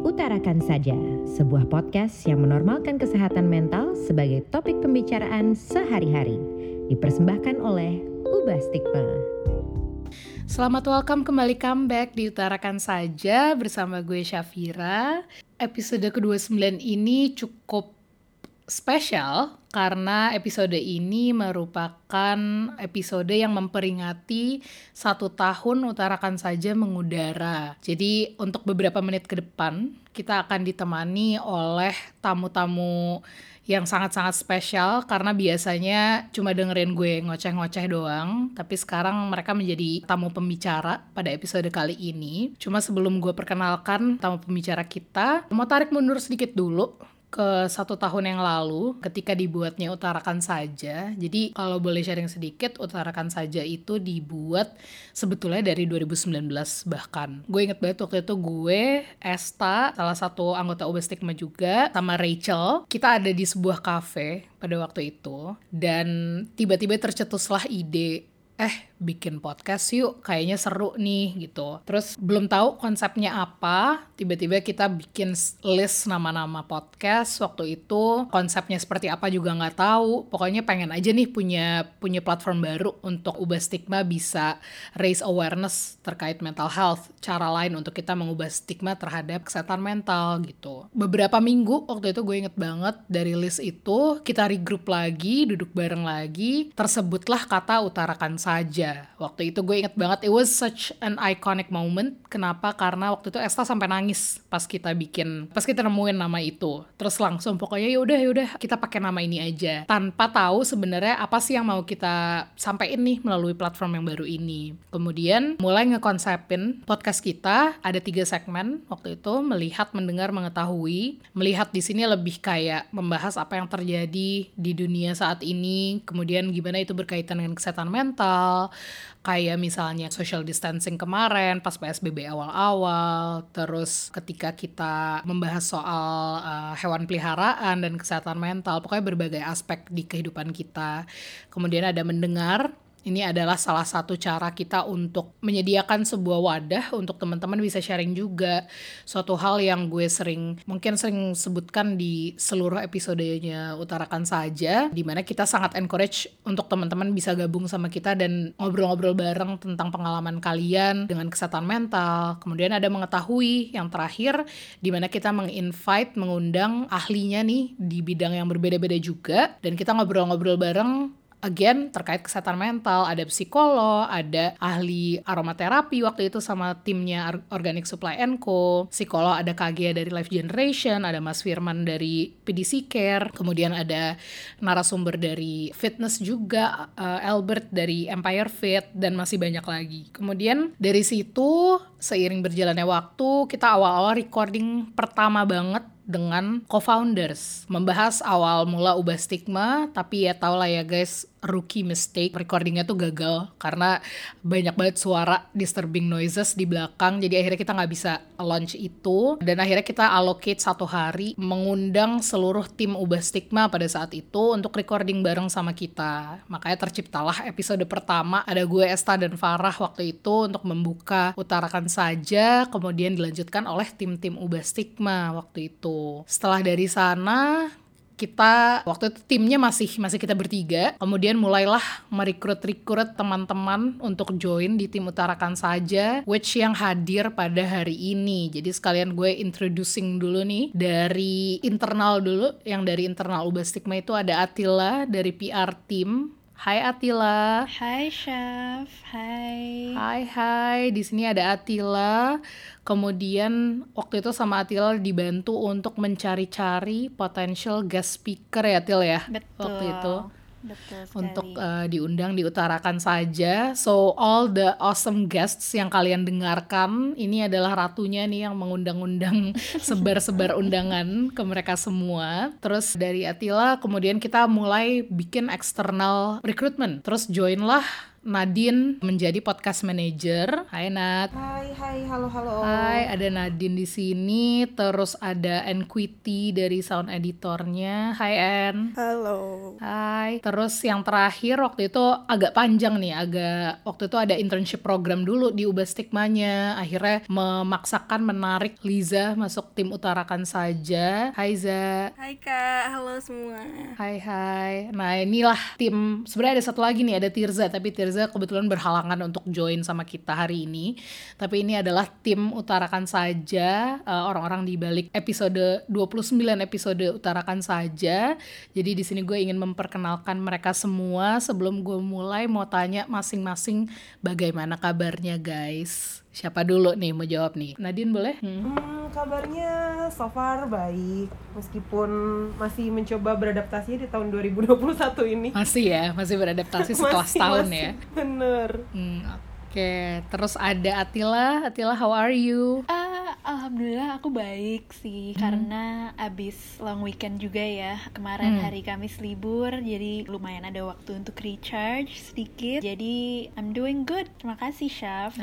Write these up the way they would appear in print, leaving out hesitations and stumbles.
Utarakan Saja, sebuah podcast yang menormalkan kesehatan mental sebagai topik pembicaraan sehari-hari. Dipersembahkan oleh Ubah Stigma. Selamat welcome kembali comeback di Utarakan Saja bersama gue Syafira. Episode ke-29 ini cukup spesial karena episode ini merupakan episode yang memperingati 1 tahun Utarakan Saja mengudara. Jadi untuk beberapa menit ke depan kita akan ditemani oleh tamu-tamu yang sangat-sangat spesial karena biasanya cuma dengerin gue ngoceh-ngoceh doang, tapi sekarang mereka menjadi tamu pembicara pada episode kali ini. Cuma sebelum gue perkenalkan tamu pembicara kita, mau tarik mundur sedikit dulu ke 1 tahun yang lalu ketika dibuatnya Utarakan Saja. Jadi kalau boleh sharing sedikit, Utarakan Saja itu dibuat sebetulnya dari 2019 bahkan. Gue inget banget waktu itu gue, Esta, salah satu anggota Ubah Stigma juga, sama Rachel. Kita ada di sebuah cafe pada waktu itu dan tiba-tiba tercetuslah ide, bikin podcast yuk, kayaknya seru nih gitu. Terus belum tahu konsepnya apa, tiba-tiba kita bikin list nama-nama podcast. Waktu itu konsepnya seperti apa juga nggak tahu. Pokoknya pengen aja nih punya platform baru untuk Ubah Stigma bisa raise awareness terkait mental health. Cara lain untuk kita mengubah stigma terhadap kesehatan mental gitu. Beberapa minggu waktu itu gue inget banget dari list itu kita regroup lagi, duduk bareng lagi, tersebutlah kata Utarakan Saja. Waktu itu gue inget banget, it was such an iconic moment. Kenapa? Karena waktu itu Esta sampai nangis pas kita nemuin nama itu. Terus langsung pokoknya yaudah kita pakai nama ini aja. Tanpa tahu sebenarnya apa sih yang mau kita sampaikan nih melalui platform yang baru ini. Kemudian mulai ngekonsepin podcast kita, ada 3 segmen waktu itu, melihat, mendengar, mengetahui. Melihat di sini lebih kayak membahas apa yang terjadi di dunia saat ini, kemudian gimana itu berkaitan dengan kesehatan mental, kayak misalnya social distancing kemarin pas PSBB awal-awal, terus ketika kita membahas soal hewan peliharaan dan kesehatan mental, pokoknya berbagai aspek di kehidupan kita. Kemudian ada mendengar. Ini adalah salah satu cara kita untuk menyediakan sebuah wadah untuk teman-teman bisa sharing juga. Suatu hal yang gue mungkin sering sebutkan di seluruh episodenya Utarakan Saja, dimana kita sangat encourage untuk teman-teman bisa gabung sama kita dan ngobrol-ngobrol bareng tentang pengalaman kalian dengan kesehatan mental. Kemudian ada mengetahui yang terakhir, dimana kita mengundang ahlinya nih di bidang yang berbeda-beda juga, dan kita ngobrol-ngobrol bareng again, terkait kesehatan mental. Ada psikolog, ada ahli aromaterapi waktu itu sama timnya Organic Supply & Co. Psikolog ada Kagia dari Life Generation, ada Mas Firman dari PDC Care, kemudian ada narasumber dari fitness juga, Albert dari Empire Fit, dan masih banyak lagi. Kemudian dari situ, seiring berjalannya waktu, kita awal-awal recording pertama banget dengan co-founders, membahas awal mula Ubah Stigma, tapi ya tau lah ya guys, rookie mistake, recordingnya tuh gagal karena banyak banget suara disturbing noises di belakang, jadi akhirnya kita nggak bisa launch itu, dan akhirnya kita allocate 1 hari mengundang seluruh tim Ubah Stigma pada saat itu untuk recording bareng sama kita. Makanya terciptalah episode pertama, ada gue, Esta, dan Farah waktu itu untuk membuka Utarakan Saja, kemudian dilanjutkan oleh tim-tim Ubah Stigma waktu itu. Setelah dari sana, kita waktu itu timnya masih kita bertiga, kemudian mulailah merekrut teman-teman untuk join di tim Utarakan Saja, which yang hadir pada hari ini. Jadi sekalian gue introducing dulu nih dari internal dulu. Yang dari internal Ubah Stigma itu ada Atila dari PR team. Hai Atila. Hai Syaf. Hai. Di sini ada Atila. Kemudian waktu itu sama Atila dibantu untuk mencari-cari potential guest speaker ya Til ya. Betul. Waktu itu. Betul sekali. Untuk diundang di Utarakan Saja. So all the awesome guests yang kalian dengarkan, ini adalah ratunya nih yang mengundang-undang sebar-sebar undangan ke mereka semua. Terus dari Atila kemudian kita mulai bikin external recruitment. Terus joinlah Nadine menjadi podcast manager. Hai Nat. Hai, halo. Hai, ada Nadine di sini, terus ada Enquity dari sound editornya. Hai En. Halo. Hai. Terus yang terakhir waktu itu agak panjang nih, waktu itu ada internship program dulu di Ubah Stigmanya. Akhirnya memaksakan menarik Liza masuk tim Utarakan Saja. Hai Za. Hai Kak, halo semua. Hai. Nah inilah tim, sebenarnya ada satu lagi nih, ada Tirza, tapi Tirza kebetulan berhalangan untuk join sama kita hari ini. Tapi ini adalah tim Utarakan Saja, orang-orang di balik episode 29 episode Utarakan Saja. Jadi di sini gue ingin memperkenalkan mereka semua. Sebelum gue mulai mau tanya masing-masing bagaimana kabarnya guys. Siapa dulu nih mau jawab nih? Nadine boleh? Kabarnya so far baik, meskipun masih mencoba beradaptasi di tahun 2021 ini. Masih beradaptasi setelah setahun ya. Bener. Oke, terus ada Atila, how are you? Alhamdulillah aku baik sih, karena abis long weekend juga ya. Kemarin hari Kamis libur, jadi lumayan ada waktu untuk recharge sedikit. Jadi I'm doing good, terima kasih Syaf.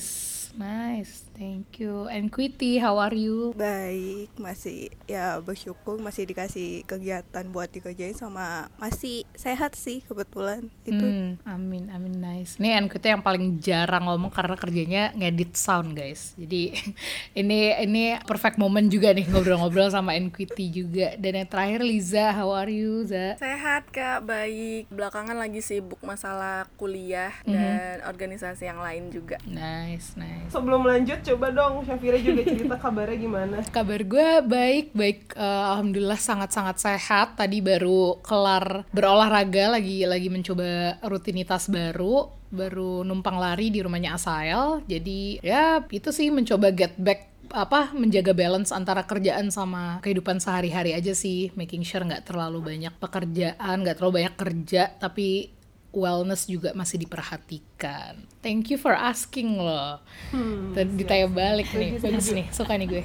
Nice, thank you. And Quitty, how are you? Baik, masih ya bersyukur masih dikasih kegiatan buat dikerjain sama masih sehat sih kebetulan itu. Amin, nice. Nih Quitty yang paling jarang ngomong karena kerjanya ngedit sound guys. Jadi ini perfect moment juga nih ngobrol-ngobrol sama Quitty juga. Dan yang terakhir Liza, how are you Za? Sehat Kak, baik. Belakangan lagi sibuk masalah kuliah dan organisasi yang lain juga. Nice. Sebelum lanjut, coba dong Syafira juga cerita kabarnya gimana? Kabar gue baik. Alhamdulillah sangat-sangat sehat. Tadi baru kelar berolahraga, lagi mencoba rutinitas baru numpang lari di rumahnya Asael. Jadi ya itu sih mencoba get back, menjaga balance antara kerjaan sama kehidupan sehari-hari aja sih, making sure nggak terlalu banyak pekerjaan, nggak terlalu banyak kerja, tapi wellness juga masih diperhatikan. Thank you for asking loh. Ditanya balik nih, bagus nih, suka nih gue.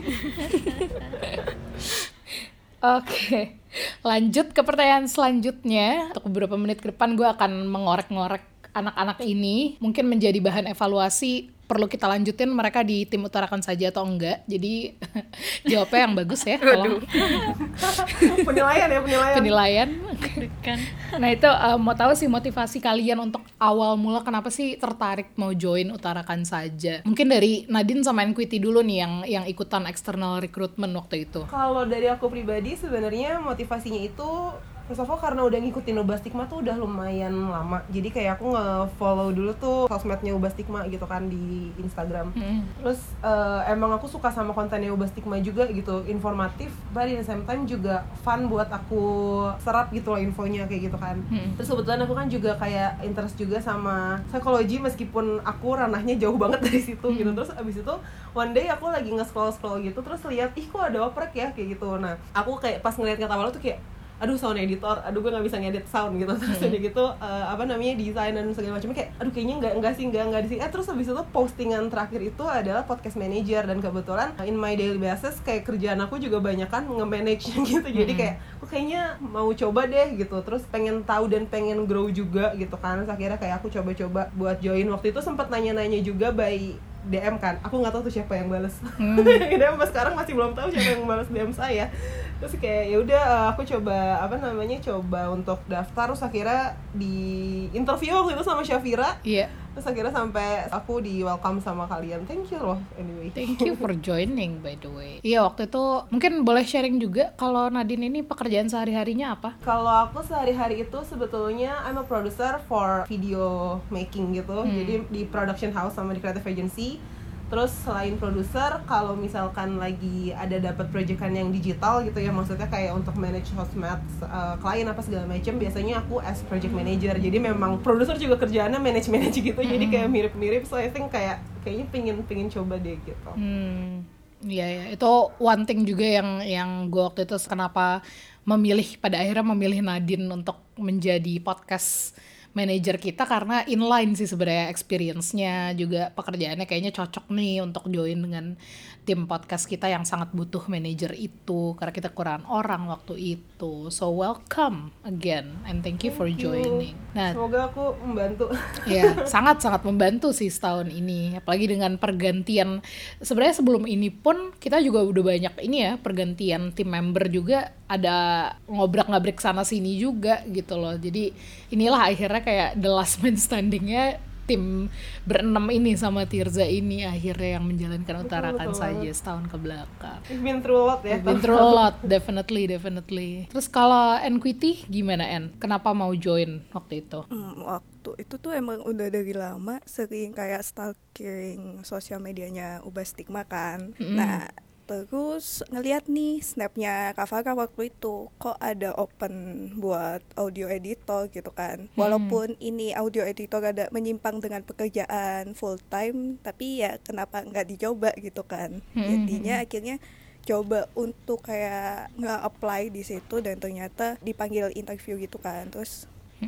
Oke, lanjut ke pertanyaan selanjutnya. Untuk beberapa menit ke depan gue akan mengorek-ngorek anak-anak ini, mungkin menjadi bahan evaluasi. Perlu kita lanjutin mereka di tim Utarakan Saja atau enggak. Jadi jawabnya yang bagus ya. Tolong. Penilaian. Nah itu mau tahu sih motivasi kalian untuk awal mula kenapa sih tertarik mau join Utarakan Saja. Mungkin dari Nadine sama Enquity dulu nih yang ikutan external recruitment waktu itu. Kalau dari aku pribadi sebenarnya motivasinya itu first of all karena udah ngikutin Ubah Stigma tuh udah lumayan lama. Jadi kayak aku nge-follow dulu tuh sosmednya Ubah Stigma gitu kan di Instagram. Terus emang aku suka sama kontennya Ubah Stigma juga gitu, informatif, but at the same time juga fun buat aku serap gitu loh infonya kayak gitu kan. Terus kebetulan aku kan juga kayak interest juga sama psikologi meskipun aku ranahnya jauh banget dari situ gitu. Terus abis itu one day aku lagi nge-scroll gitu terus lihat kok ada oprek ya kayak gitu. Nah aku kayak pas ngeliat kata awal tuh kayak aduh sound editor, gue nggak bisa ngedit sound gitu. Terus udah gitu desain dan segala macamnya kayak aduh kayaknya nggak di sini. Terus habis itu postingan terakhir itu adalah podcast manager, dan kebetulan in my daily basis kayak kerjaan aku juga banyak kan nge-manage gitu. Jadi kayak kayaknya mau coba deh gitu. Terus pengen tahu dan pengen grow juga gitu kan. Terus akhirnya kayak aku coba-coba buat join. Waktu itu sempat nanya-nanya juga by DM kan, aku nggak tahu tuh siapa yang balas. DM sampai sekarang masih belum tahu siapa yang balas DM saya. Terus kayak ya udah aku coba untuk daftar. Terus akhirnya di interview waktu itu sama Syafira. Iya. Terus akhirnya sampai aku di welcome sama kalian. Thank you loh anyway. Thank you for joining by the way. Iya waktu itu mungkin boleh sharing juga kalau Nadine ini pekerjaan sehari-harinya apa? Kalau aku sehari-hari itu sebetulnya I'm a producer for video making gitu. Jadi di production house sama di creative agency. Terus selain produser, kalau misalkan lagi ada dapat proyekan yang digital gitu ya, maksudnya kayak untuk manage sosmed klien apa segala macam, biasanya aku as project manager. Jadi memang produser juga kerjaannya manage gitu. Jadi kayak mirip-mirip. So I think kayaknya pengen coba deh gitu. Iya, itu one thing juga yang gue waktu itu kenapa pada akhirnya memilih Nadine untuk menjadi podcast manajer kita karena inline sih sebenarnya experience-nya, juga pekerjaannya kayaknya cocok nih untuk join dengan tim podcast kita yang sangat butuh manajer itu karena kita kurang orang waktu itu. So welcome again and thank you for joining. Nah, semoga aku membantu. ya sangat-sangat membantu sih setahun ini, apalagi dengan pergantian. Sebenarnya sebelum ini pun kita juga udah banyak ini ya, pergantian tim member juga, ada ngobrak-ngabrik sana sini juga gitu loh. Jadi inilah akhirnya kayak the last man standingnya tim berenam ini sama Tirza ini akhirnya yang menjalankan Utarakan Saja setahun ke belakang. We've been through a lot ya. We've been through a lot, definitely. Terus kalau NQT gimana En? Kenapa mau join waktu itu? Waktu itu tuh emang udah dari lama sering kayak stalking sosial medianya Ubastigma kan. Nah, terus ngeliat nih snapnya Kak Farah waktu itu, kok ada open buat audio editor gitu kan. Walaupun ini audio editor ada menyimpang dengan pekerjaan full time, tapi ya kenapa nggak dicoba gitu kan. Jadinya akhirnya coba untuk kayak nge-apply di situ dan ternyata dipanggil interview gitu kan. Terus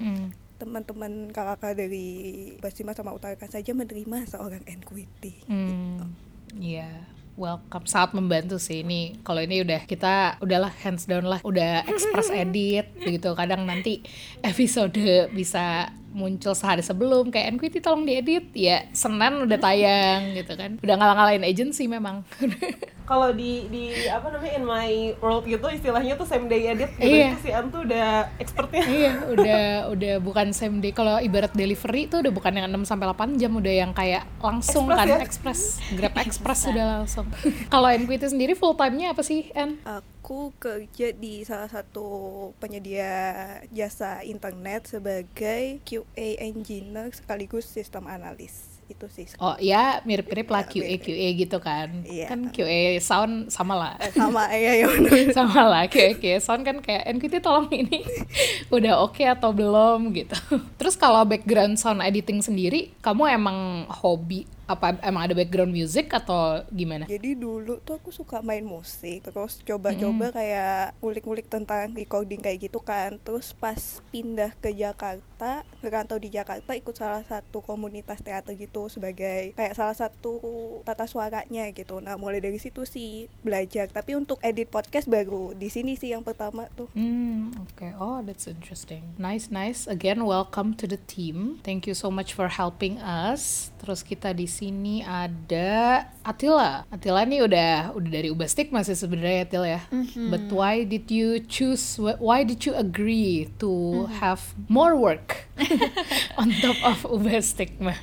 teman-teman kakak dari Basima sama Utarakan Saja menerima seorang NQT gitu. Iya. Welcome, sangat membantu sih ini. Kalau ini kita udahlah hands down lah, udah express edit begitu. Kadang nanti episode bisa muncul sehari sebelum, kayak NQT tolong diedit, ya Senin udah tayang gitu kan. Udah ngalah-ngalahin agency memang. Kalau di apa namanya in my world gitu istilahnya tuh same day edit gitu. Iya. Itu si An tuh udah expertnya. Iya, udah bukan same day. Kalau ibarat delivery tuh udah bukan yang 6 sampai 8 jam, udah yang kayak langsung Express kan, ya? express, Grab Express udah langsung. Kalau NQT sendiri full time-nya apa sih, En? Aku kerja di salah satu penyedia jasa internet sebagai QA engineer sekaligus sistem analis. Itu sih. Oh ya, mirip-mirip lah Ya, QA gitu kan. Iya. Kan QA sound sama lah. Sama ya bener. Sama lah, QA sound kan kayak NQT tolong ini udah oke atau belum gitu. Terus kalau background sound editing sendiri, kamu emang hobi apa, emang ada background music atau gimana? Jadi dulu tuh aku suka main musik, terus coba-coba kayak ngulik-ngulik tentang recording kayak gitu kan. Terus pas pindah ke Jakarta, ngerantau di Jakarta, ikut salah satu komunitas teater gitu sebagai kayak salah satu tata suaranya gitu. Nah, mulai dari situ sih belajar. Tapi untuk edit podcast baru di sini sih yang pertama tuh. Okay. Oh, that's interesting. Nice. Again, welcome to the team. Thank you so much for helping us. Terus kita di sini ada Atila. Atila nih udah dari Ubastigma sih sebenarnya, Atil ya. But why did you agree to have more work on top of Ubastigma?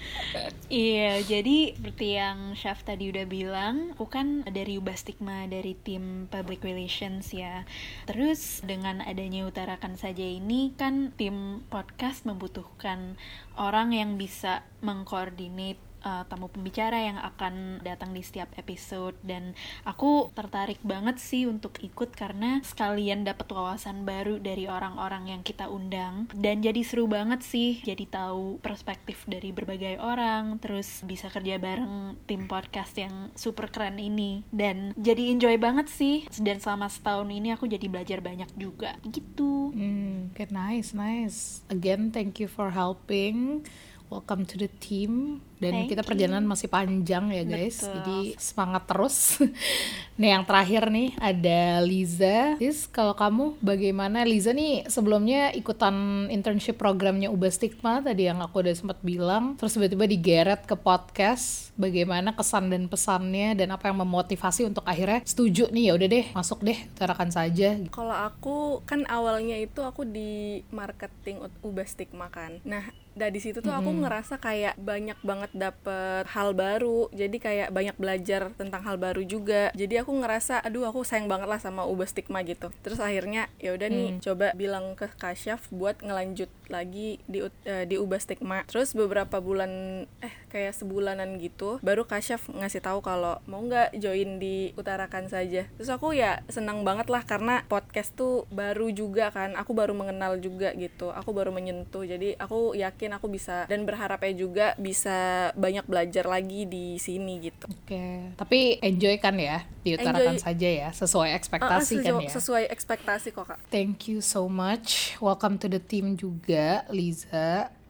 Iya, jadi seperti yang Syaf tadi udah bilang, aku kan dari Ubastigma, dari tim Public Relations ya. Terus dengan adanya Utarakan Saja ini kan tim podcast membutuhkan orang yang bisa mengkoordinate tamu pembicara yang akan datang di setiap episode, dan aku tertarik banget sih untuk ikut karena sekalian dapat wawasan baru dari orang-orang yang kita undang, dan jadi seru banget sih, jadi tahu perspektif dari berbagai orang, terus bisa kerja bareng tim podcast yang super keren ini, dan jadi enjoy banget sih. Dan selama setahun ini aku jadi belajar banyak juga gitu. Okay, nice. Again, thank you for helping. Welcome to the team. Dan Thank kita you. perjalanan masih panjang ya guys. Betul. Jadi semangat terus. Nih yang terakhir nih ada Liza. Liz, kalau kamu bagaimana? Liza nih sebelumnya ikutan internship programnya Ubastigma tadi yang aku udah sempat bilang. Terus tiba-tiba digeret ke podcast. Bagaimana kesan dan pesannya dan apa yang memotivasi untuk akhirnya setuju nih, ya udah deh masuk deh Utarakan Saja. Kalau aku kan awalnya itu aku di marketing Ubastigma kan. Nah, dari situ tuh aku ngerasa kayak banyak banget dapet hal baru. Jadi kayak banyak belajar tentang hal baru juga. Jadi aku ngerasa aduh aku sayang banget lah sama Ubastigma gitu. Terus akhirnya ya udah nih coba bilang ke Kak Syaf buat ngelanjut lagi di Ubastigma. Terus beberapa bulan kayak sebulanan gitu baru Kak Syaf ngasih tahu kalau mau nggak join di Utarakan Saja. Terus aku ya senang banget lah karena podcast tuh baru juga kan. Aku baru mengenal juga gitu. Aku baru menyentuh. Jadi aku yakin aku bisa dan berharapnya juga bisa banyak belajar lagi di sini gitu. Oke. Tapi enjoy kan ya di Utarakan Saja ya, sesuai ekspektasi kan ya. Sesuai ekspektasi kok Kak. Thank you so much. Welcome to the team juga, Liza.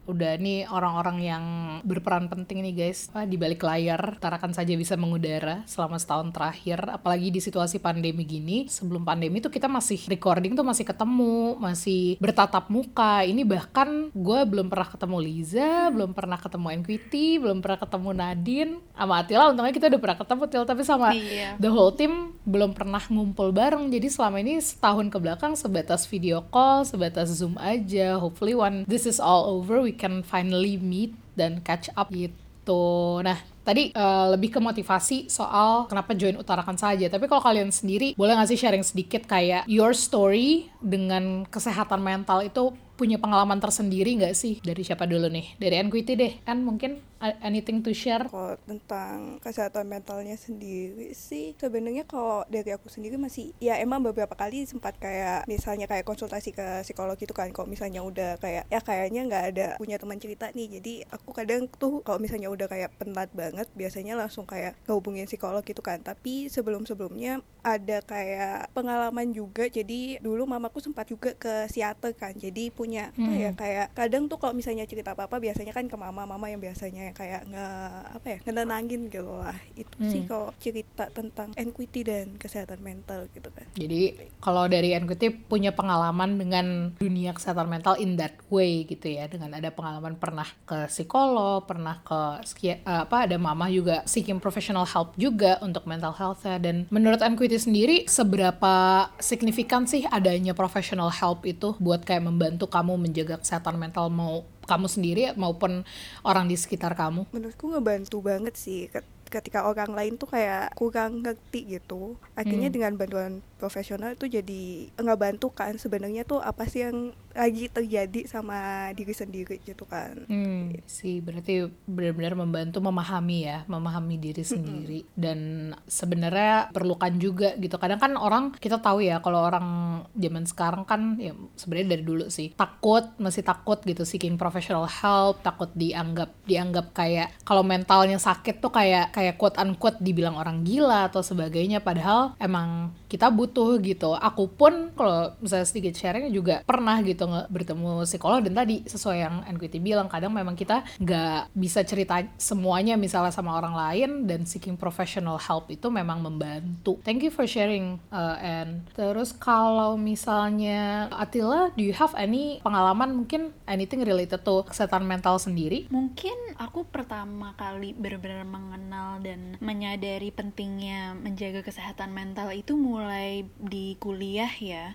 udah nih orang-orang yang berperan penting nih guys di balik layar Utarakan Saja bisa mengudara selama setahun terakhir, apalagi di situasi pandemi gini. Sebelum pandemi tuh kita masih recording tuh masih ketemu, masih bertatap muka. Ini bahkan gue belum pernah ketemu Liza, belum pernah ketemu NQT, belum pernah ketemu Nadine. Sama Atila untungnya kita udah pernah ketemu Til, tapi sama the whole team belum pernah ngumpul bareng. Jadi selama ini setahun kebelakang sebatas video call, sebatas Zoom aja. Hopefully when this is all over we can finally meet dan catch up gitu. Nah, tadi lebih ke motivasi soal kenapa join Utarakan Saja. Tapi kalau kalian sendiri, boleh nggak sih sharing sedikit kayak your story dengan kesehatan mental itu punya pengalaman tersendiri nggak sih? Dari siapa dulu nih? Dari NQT deh, kan mungkin anything to share? Kalau tentang kesehatan mentalnya sendiri sih, sebenarnya kalau dari aku sendiri masih, ya emang beberapa kali sempat kayak misalnya kayak konsultasi ke psikolog gitu kan. Kalau misalnya udah kayak ya kayaknya nggak ada punya teman cerita nih, jadi aku kadang tuh kalau misalnya udah kayak penat banget, biasanya langsung kayak ngehubungin psikolog gitu kan. Tapi sebelumnya ada kayak pengalaman juga. Jadi dulu mamaku sempat juga ke psikiater kan, jadi punya apa ya, kayak kadang tuh kalau misalnya cerita apa-apa biasanya kan ke mama yang biasanya yang kayak ngenenangin gitu lah. Itu sih kalau cerita tentang NQT dan kesehatan mental gitu kan. Jadi kalau dari NQT punya pengalaman dengan dunia kesehatan mental in that way gitu ya, dengan ada pengalaman pernah ke psikolog, pernah ke ada mama juga seeking professional help juga untuk mental health-nya. Dan menurut NQT sendiri seberapa signifikan sih adanya professional help itu buat kayak membantu kamu menjaga kesehatan mental, mau kamu sendiri maupun orang di sekitar kamu? Menurutku ngebantu banget sih ketika orang lain tuh kayak kurang ngerti gitu. Akhirnya dengan bantuan profesional tuh jadi ngebantu kan sebenarnya tuh apa sih yang lagi terjadi sama diri sendiri gitu kan. Sih berarti benar-benar membantu memahami diri sendiri. Dan sebenarnya perlukan juga gitu. Kadang kan orang, kita tahu ya kalau orang zaman sekarang kan ya sebenarnya dari dulu sih masih takut gitu seeking professional help, takut dianggap kayak kalau mentalnya sakit tuh kayak quote unquote dibilang orang gila atau sebagainya, padahal emang kita butuh gitu. Aku pun kalau misalnya sedikit sharing juga pernah gitu bertemu psikolog, dan tadi sesuai yang NQT bilang, kadang memang kita nggak bisa cerita semuanya misalnya sama orang lain, dan seeking professional help itu memang membantu. Thank you for sharing. And terus kalau misalnya Atila, do you have any pengalaman mungkin anything related to kesehatan mental sendiri? Mungkin aku pertama kali benar-benar mengenal dan menyadari pentingnya menjaga kesehatan mental itu mulai di kuliah ya.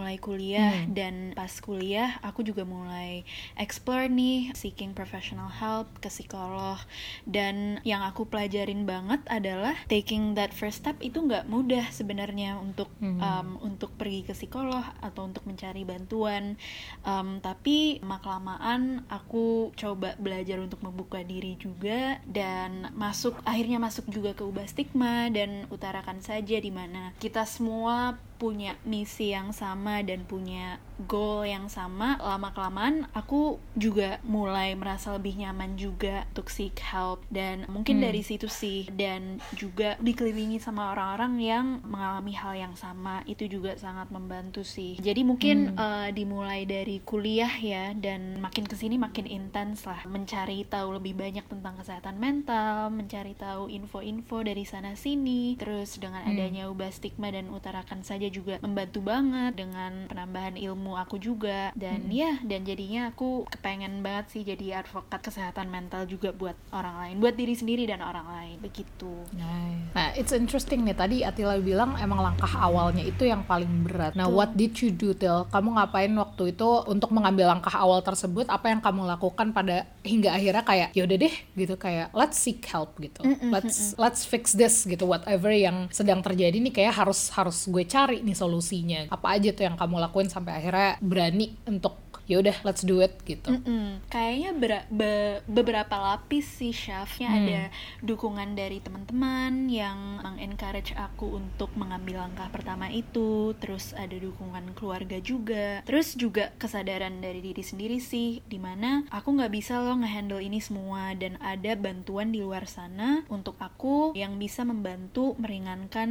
Dan pas kuliah aku juga mulai explore nih, seeking professional help ke psikolog. Dan yang aku pelajarin banget adalah taking that first step itu nggak mudah sebenarnya untuk pergi ke psikolog atau untuk mencari bantuan. Tapi lama-kelamaan aku coba belajar untuk membuka diri juga, dan akhirnya masuk juga ke Ubastigma dan Utarakan Saja, di mana kita semua punya misi yang sama dan punya goal yang sama. Lama-kelamaan aku juga mulai merasa lebih nyaman juga untuk seek help, dan mungkin dari situ sih. Dan juga dikelilingi sama orang-orang yang mengalami hal yang sama, itu juga sangat membantu sih. Jadi mungkin dimulai dari kuliah ya, dan makin kesini makin intens lah mencari tahu lebih banyak tentang kesehatan mental, mencari tahu info-info dari sana sini. Terus dengan adanya Ubastigma dan Utarakan Saja juga membantu banget dengan penambahan ilmu aku juga. Dan dan jadinya aku kepengen banget sih jadi advokat kesehatan mental juga buat orang lain, buat diri sendiri dan orang lain, begitu. Nah, it's interesting nih, tadi Atila bilang emang langkah awalnya itu yang paling berat. Nah, what did you do, Til? Kamu ngapain waktu itu untuk mengambil langkah awal tersebut? Apa yang kamu lakukan pada hingga akhirnya kayak yaudah deh gitu, kayak let's seek help gitu, let's fix this gitu, whatever yang sedang terjadi nih kayak harus gue cari nih solusinya. Apa aja tuh yang kamu lakuin sampai akhirnya berani untuk yaudah let's do it gitu? Kayaknya beberapa lapis sih, Syafnya. Ada dukungan dari teman-teman yang encourage aku untuk mengambil langkah pertama itu, terus ada dukungan keluarga juga, terus juga kesadaran dari diri sendiri sih, dimana aku nggak bisa loh ngehandle ini semua, dan ada bantuan di luar sana untuk aku yang bisa membantu meringankan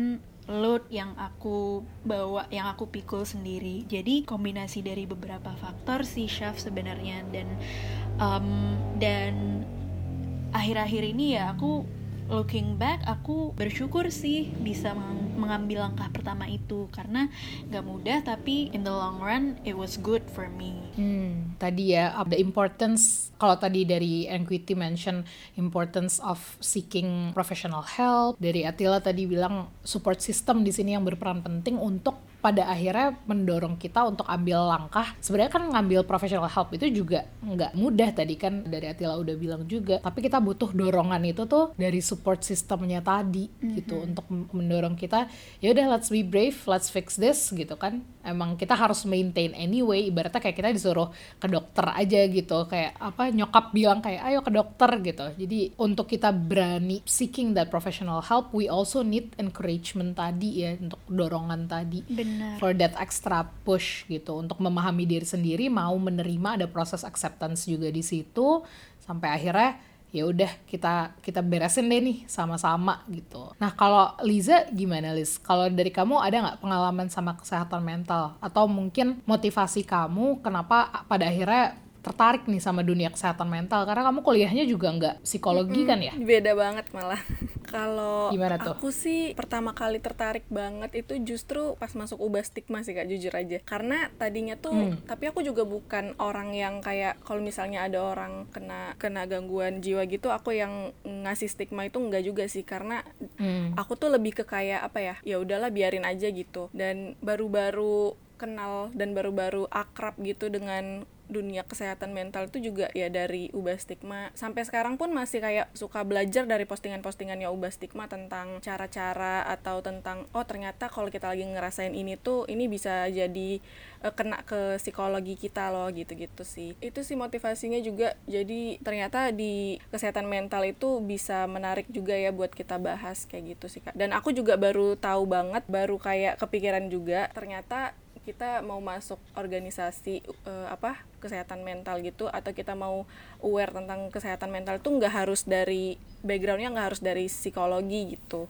load yang aku bawa, yang aku pikul sendiri. Jadi kombinasi dari beberapa faktor sih Syaf sebenarnya, dan akhir-akhir ini ya aku looking back, aku bersyukur sih bisa mengambil langkah pertama itu, karena gak mudah tapi in the long run it was good for me. Tadi ya, the importance, kalau tadi dari Enquity mention importance of seeking professional help, dari Attila tadi bilang support system di sini yang berperan penting untuk pada akhirnya mendorong kita untuk ambil langkah. Sebenarnya kan ngambil professional help itu juga nggak mudah, tadi kan dari Attila udah bilang juga, tapi kita butuh dorongan itu tuh dari support systemnya tadi gitu, untuk mendorong kita, ya udah let's be brave, let's fix this gitu kan. Emang kita harus maintain anyway, ibaratnya kayak kita disuruh ke dokter aja gitu, kayak apa, nyokap bilang kayak ayo ke dokter gitu. Jadi untuk kita berani seeking that professional help, we also need encouragement tadi ya, untuk dorongan tadi. Benar. For that extra push gitu, untuk memahami diri sendiri, mau menerima, ada proses acceptance juga di situ, sampai akhirnya ya udah kita beresin deh nih sama-sama gitu. Nah kalau Liza gimana Liz? Kalau dari kamu ada nggak pengalaman sama kesehatan mental, atau mungkin motivasi kamu kenapa pada akhirnya tertarik nih sama dunia kesehatan mental? Karena kamu kuliahnya juga nggak psikologi kan ya? Beda banget malah. Kalau Gimana tuh? aku sih pertama kali tertarik banget itu justru pas masuk Ubastigma sih Kak, jujur aja. Karena tadinya tuh, tapi aku juga bukan orang yang kayak kalau misalnya ada orang kena gangguan jiwa gitu, aku yang ngasih stigma itu enggak juga sih. Karena aku tuh lebih ke kayak apa ya udahlah biarin aja gitu. Dan baru-baru kenal dan baru-baru akrab gitu dengan dunia kesehatan mental itu juga ya dari Ubastigma. Sampai sekarang pun masih kayak suka belajar dari postingan-postingannya Ubastigma tentang cara-cara, atau tentang oh ternyata kalau kita lagi ngerasain ini tuh ini bisa jadi kena ke psikologi kita loh, gitu-gitu sih. Itu sih motivasinya juga. Jadi ternyata di kesehatan mental itu bisa menarik juga ya buat kita bahas kayak gitu sih Kak. Dan aku juga baru tahu banget, baru kayak kepikiran juga ternyata kita mau masuk organisasi kesehatan mental gitu, atau kita mau aware tentang kesehatan mental itu nggak harus dari backgroundnya, nggak harus dari psikologi gitu.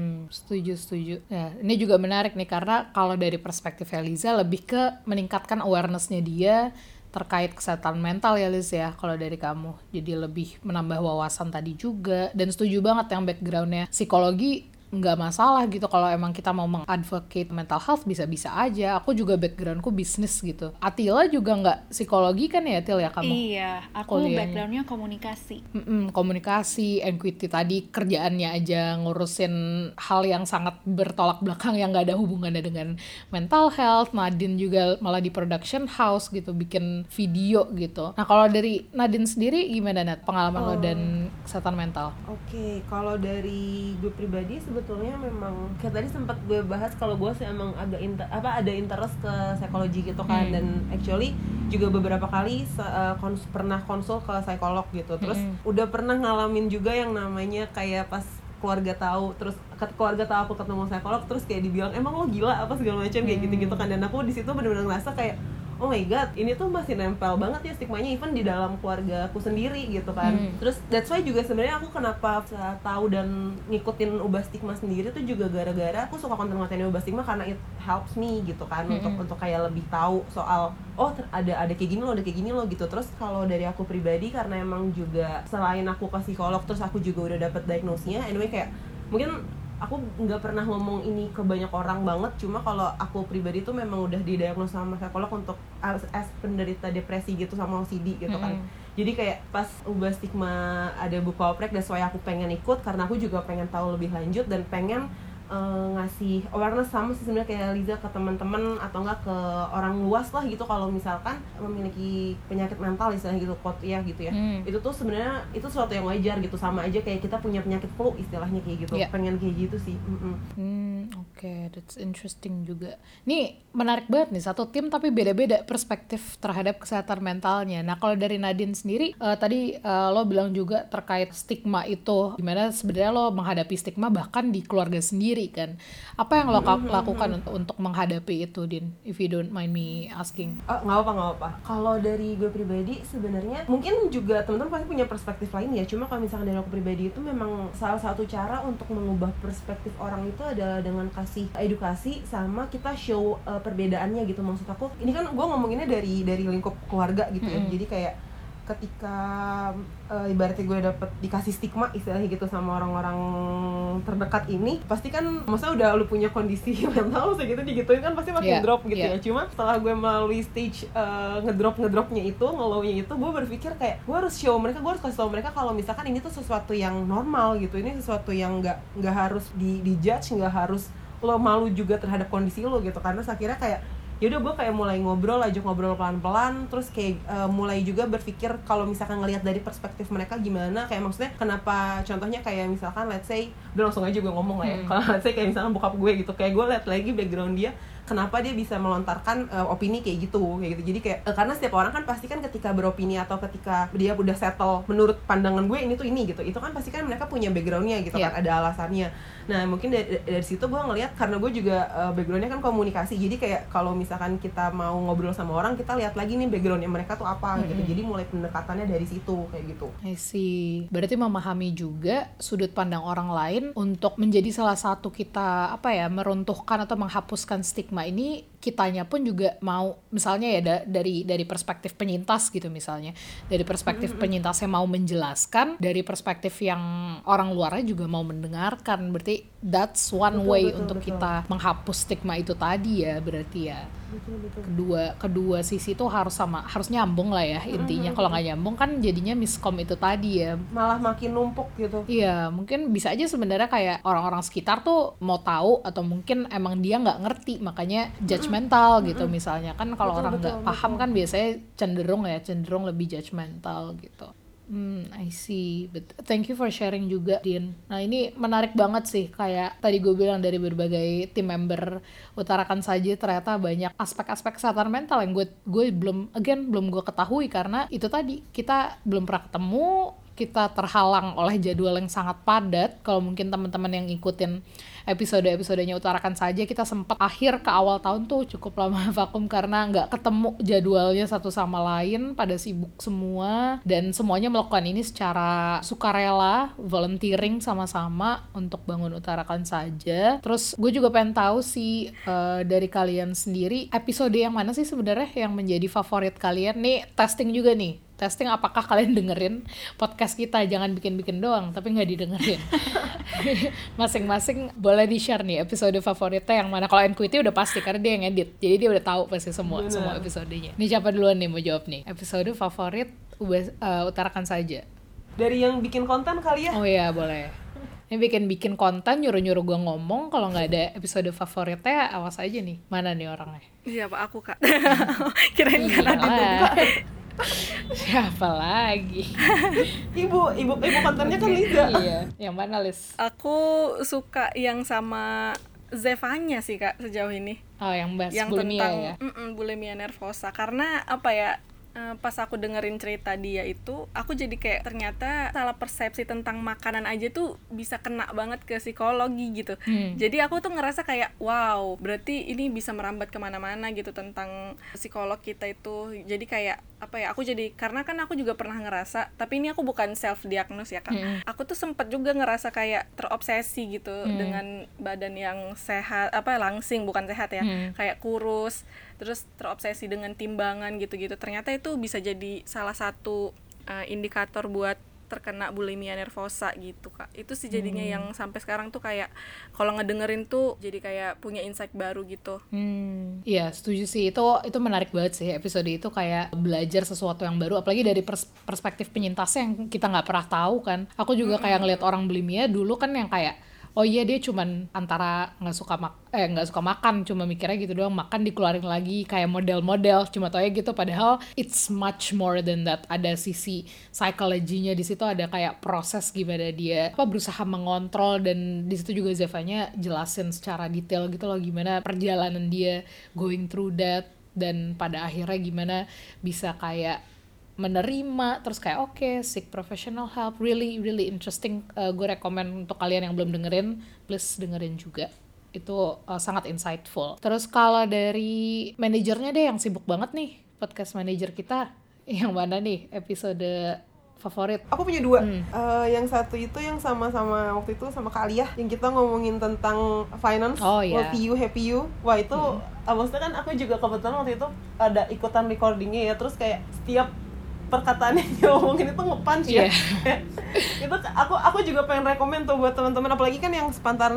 Setuju. Nah, ini juga menarik nih, karena kalau dari perspektif Liza lebih ke meningkatkan awareness-nya dia terkait kesehatan mental ya Liz ya, kalau dari kamu. Jadi lebih menambah wawasan tadi juga, dan setuju banget yang backgroundnya psikologi nggak masalah gitu. Kalau emang kita mau mengadvocate mental health, bisa-bisa aja. Aku juga backgroundku bisnis gitu. Attila juga nggak psikologi kan ya, Til ya kamu? Iya, aku backgroundnya komunikasi. Komunikasi, Enquity tadi kerjaannya aja ngurusin hal yang sangat bertolak belakang yang nggak ada hubungannya dengan mental health. Nadine juga malah di production house gitu, bikin video gitu. Nah kalau dari Nadine sendiri gimana Nat, pengalaman lo dan kesehatan mental? Oke, kalau dari gue pribadi sebetulnya memang kayak tadi sempat gue bahas, kalau gue sih emang agak ada interest ke psikologi gitu kan, dan actually juga beberapa kali pernah konsul ke psikolog gitu. Terus udah pernah ngalamin juga yang namanya kayak pas keluarga tahu aku ketemu psikolog, terus kayak dibilang emang lo gila apa segala macam kayak gitu-gitu kan. Dan aku di situ benar-benar ngerasa kayak oh my god, ini tuh masih nempel banget ya stigmanya even di dalam keluarga aku sendiri gitu kan. Terus that's why juga sebenarnya aku kenapa tahu dan ngikutin Ubastigma sendiri tuh juga gara-gara aku suka konten-kontennya Ubastigma, karena it helps me gitu kan, untuk kayak lebih tahu soal ada kayak gini loh gitu. Terus kalau dari aku pribadi, karena emang juga selain aku ke psikolog, terus aku juga udah dapet diagnosnya. Anyway, kayak mungkin aku nggak pernah ngomong ini ke banyak orang banget, cuma kalau aku pribadi tuh memang udah didiagnosa sama psikolog untuk as penderita depresi gitu sama OCD gitu kan. Jadi kayak pas Ubastigma ada buka oprek, that's why aku pengen ikut, karena aku juga pengen tahu lebih lanjut dan pengen ngasih awareness sama sih sebenarnya kayak Liza ke teman-teman atau enggak ke orang luas lah gitu, kalau misalkan memiliki penyakit mental istilahnya gitu, ya gitu ya. Itu tuh sebenarnya itu sesuatu yang wajar gitu, sama aja kayak kita punya penyakit flu istilahnya kayak gitu. Pengen kayak gitu sih. Oke, that's interesting juga. Nih menarik banget nih, satu tim tapi beda-beda perspektif terhadap kesehatan mentalnya. Nah kalau dari Nadine sendiri, tadi lo bilang juga terkait stigma itu, gimana sebenarnya lo menghadapi stigma bahkan di keluarga sendiri sendiri kan. Apa yang lo lakukan untuk menghadapi itu, Din? If you don't mind me asking. Nggak apa-apa. Kalau dari gue pribadi sebenarnya mungkin juga teman-teman pasti punya perspektif lain ya. Cuma kalau misalkan dari aku pribadi itu memang salah satu cara untuk mengubah perspektif orang itu adalah dengan kasih edukasi sama kita show perbedaannya gitu. Maksud aku ini kan gue ngomonginnya dari lingkup keluarga gitu ya. Jadi kayak ketika ibaratnya gue dapet dikasih stigma istilahnya gitu sama orang-orang terdekat ini, pasti kan maksudnya udah lu punya kondisi mental segitu digituin kan pasti makin drop gitu ya. Cuma setelah gue melalui stage ngedropnya itu, ngelow-nya itu, gue berpikir kayak gue harus show mereka, gue harus kasih tau mereka kalau misalkan ini tuh sesuatu yang normal gitu, ini sesuatu yang nggak harus di-judge, nggak harus lo malu juga terhadap kondisi lo gitu. Karena akhirnya kayak yaudah gue kayak mulai ajak ngobrol pelan-pelan, terus kayak mulai juga berpikir kalau misalkan ngelihat dari perspektif mereka gimana, kayak maksudnya kenapa, contohnya kayak misalkan let's say, udah langsung aja gue ngomong lah ya, kalau let's say kayak misalkan bokap gue gitu, kayak gue lihat lagi background dia, kenapa dia bisa melontarkan opini kayak gitu. Jadi kayak karena setiap orang kan pasti kan ketika beropini atau ketika dia udah settle menurut pandangan gue ini tuh ini gitu, itu kan pasti kan mereka punya backgroundnya gitu kan, ada alasannya. Nah mungkin dari situ gue ngelihat, karena gue juga backgroundnya kan komunikasi, jadi kayak kalau misalkan kita mau ngobrol sama orang, kita lihat lagi nih backgroundnya mereka tuh apa gitu. Jadi mulai pendekatannya dari situ kayak gitu. I see. Berarti memahami juga sudut pandang orang lain untuk menjadi salah satu kita meruntuhkan atau menghapuskan stigma ini. Kitanya pun juga mau, misalnya ya dari perspektif penyintas gitu, misalnya dari perspektif penyintasnya mau menjelaskan, dari perspektif yang orang luarnya juga mau mendengarkan. Berarti that's one way untuk kita menghapus stigma itu tadi ya, berarti ya. Kedua sisi itu harus nyambung lah ya intinya. Kalau nggak nyambung kan jadinya miskom itu tadi ya, malah makin numpuk gitu. Iya, mungkin bisa aja sebenarnya kayak orang-orang sekitar tuh mau tahu, atau mungkin emang dia nggak ngerti makanya judgmental gitu misalnya kan. Kalau orang nggak paham kan biasanya cenderung lebih judgmental gitu. I see. But thank you for sharing juga, Din. Nah ini menarik banget sih, kayak tadi gue bilang dari berbagai tim member Utarakan Saja ternyata banyak aspek-aspek kesehatan mental yang gue belum gue ketahui, karena itu tadi kita belum pernah ketemu, kita terhalang oleh jadwal yang sangat padat. Kalau mungkin teman-teman yang ikutin episode-episodenya Utarakan Saja, kita sempat akhir ke awal tahun tuh cukup lama vakum karena nggak ketemu jadwalnya satu sama lain, pada sibuk semua, dan semuanya melakukan ini secara sukarela, volunteering sama-sama untuk bangun Utarakan Saja. Terus gue juga pengen tahu sih dari kalian sendiri, episode yang mana sih sebenarnya yang menjadi favorit kalian? Nih testing juga nih. Testing apakah kalian dengerin podcast kita, jangan bikin-bikin doang tapi nggak didengerin. Masing-masing boleh di-share nih episode favoritnya yang mana. Kalau Enquity udah pasti karena dia yang edit, jadi dia udah tahu pasti semua episodenya. Nih siapa duluan nih mau jawab nih? Episode favorit Utarakan Saja. Dari yang bikin konten kali ya? Oh iya boleh. Ini bikin konten, nyuruh-nyuruh gue ngomong. Kalau nggak ada episode favoritnya, awas aja nih. Mana nih orangnya? Siapa? Aku, Kak. Kirain kan ada. Siapa lagi? Ibu kontennya kan Liza. Iya, yang mana Liz? Aku suka yang sama Zevanya sih Kak sejauh ini. Oh, yang bahas yang bulimia tentang, ya? Bulimia nervosa. Karena apa ya, pas aku dengerin cerita dia itu, aku jadi kayak ternyata salah persepsi tentang makanan aja tuh bisa kena banget ke psikologi gitu. Jadi aku tuh ngerasa kayak wow, berarti ini bisa merambat kemana-mana gitu tentang psikolog kita itu. Jadi kayak apa ya, aku jadi, karena kan aku juga pernah ngerasa, tapi ini aku bukan self diagnose ya Kak. Aku tuh sempet juga ngerasa kayak terobsesi gitu dengan badan yang sehat, langsing bukan sehat ya, kayak kurus, terus terobsesi dengan timbangan gitu-gitu. Ternyata itu bisa jadi salah satu indikator buat terkena bulimia nervosa gitu Kak. Itu sih jadinya yang sampai sekarang tuh kayak kalau ngedengerin tuh jadi kayak punya insight baru gitu. Iya, setuju sih. Itu menarik banget sih, episode itu kayak belajar sesuatu yang baru, apalagi dari perspektif penyintasnya yang kita nggak pernah tahu kan. Aku juga kayak ngeliat orang bulimia dulu kan yang kayak oh iya dia cuman antara nggak suka makan, cuma mikirnya gitu doang, makan dikeluarin lagi kayak model-model, cuma tau ya gitu. Padahal it's much more than that. Ada sisi psikologinya di situ, ada kayak proses gimana dia berusaha mengontrol, dan di situ juga Zevanya jelasin secara detail gitu loh gimana perjalanan dia going through that, dan pada akhirnya gimana bisa kayak menerima, terus kayak oke, seek professional help, really interesting. Gue rekomen untuk kalian yang belum dengerin, please dengerin juga. Itu sangat insightful. Terus kalau dari manajernya deh yang sibuk banget nih, podcast manager kita, yang mana nih episode favorit? Aku punya 2. Yang satu itu yang sama-sama waktu itu sama Kak Alia, yang kita ngomongin tentang finance, Wealthy You, Happy You. Wah itu, maksudnya kan aku juga kebetulan waktu itu ada ikutan recordingnya ya, terus kayak setiap perkataan yang dia omongin itu nge-punch ya. Itu aku juga pengen rekomen tuh buat teman-teman, apalagi kan yang sepantaran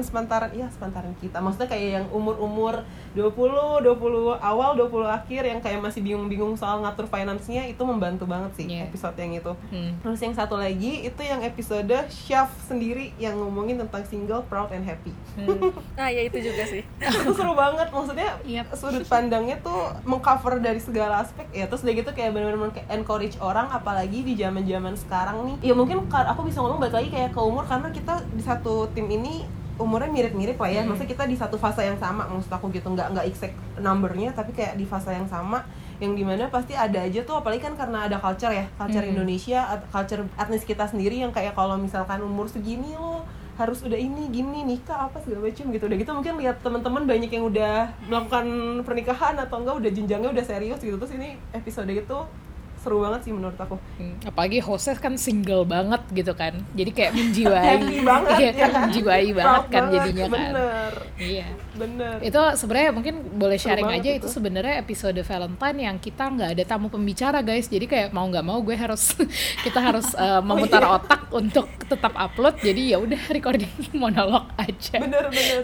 kita. Maksudnya kayak yang umur 20 awal 20 akhir yang kayak masih bingung-bingung soal ngatur finance-nya, itu membantu banget sih episode yang itu. Terus yang satu lagi itu yang episode Chef sendiri yang ngomongin tentang single, proud and happy. Nah, ya itu juga sih. Itu seru banget, maksudnya sudut pandangnya tuh mengcover dari segala aspek ya. Terus udah gitu kayak benar-benar encourage orang, apalagi di zaman-zaman sekarang nih. Ya mungkin aku bisa ngomong balik lagi kayak ke umur, karena kita di satu tim ini umurnya mirip-mirip lah ya. Maksudnya kita di satu fase yang sama, maksud aku gitu, nggak exact numbernya, tapi kayak di fase yang sama, yang dimana pasti ada aja tuh, apalagi kan karena ada culture ya, culture Indonesia, culture etnis kita sendiri yang kayak kalau misalkan umur segini lo harus udah ini gini nikah apa segala macam gitu. Udah gitu mungkin lihat teman-teman banyak yang udah melakukan pernikahan atau enggak udah jenjangnya udah serius gitu. Terus ini episode gitu seru banget sih menurut aku. Apalagi hostnya kan single banget gitu kan, jadi kayak menjiwai. Happy banget ya kan, menjiwai banget kan jadinya kan. Bener. Iya. Bener. Itu sebenarnya mungkin boleh sharing aja, itu itu sebenarnya episode Valentine yang kita nggak ada tamu pembicara guys. Jadi kayak mau nggak mau gue harus kita harus memutar otak untuk tetap upload. Jadi ya udah recording monolog aja. Bener.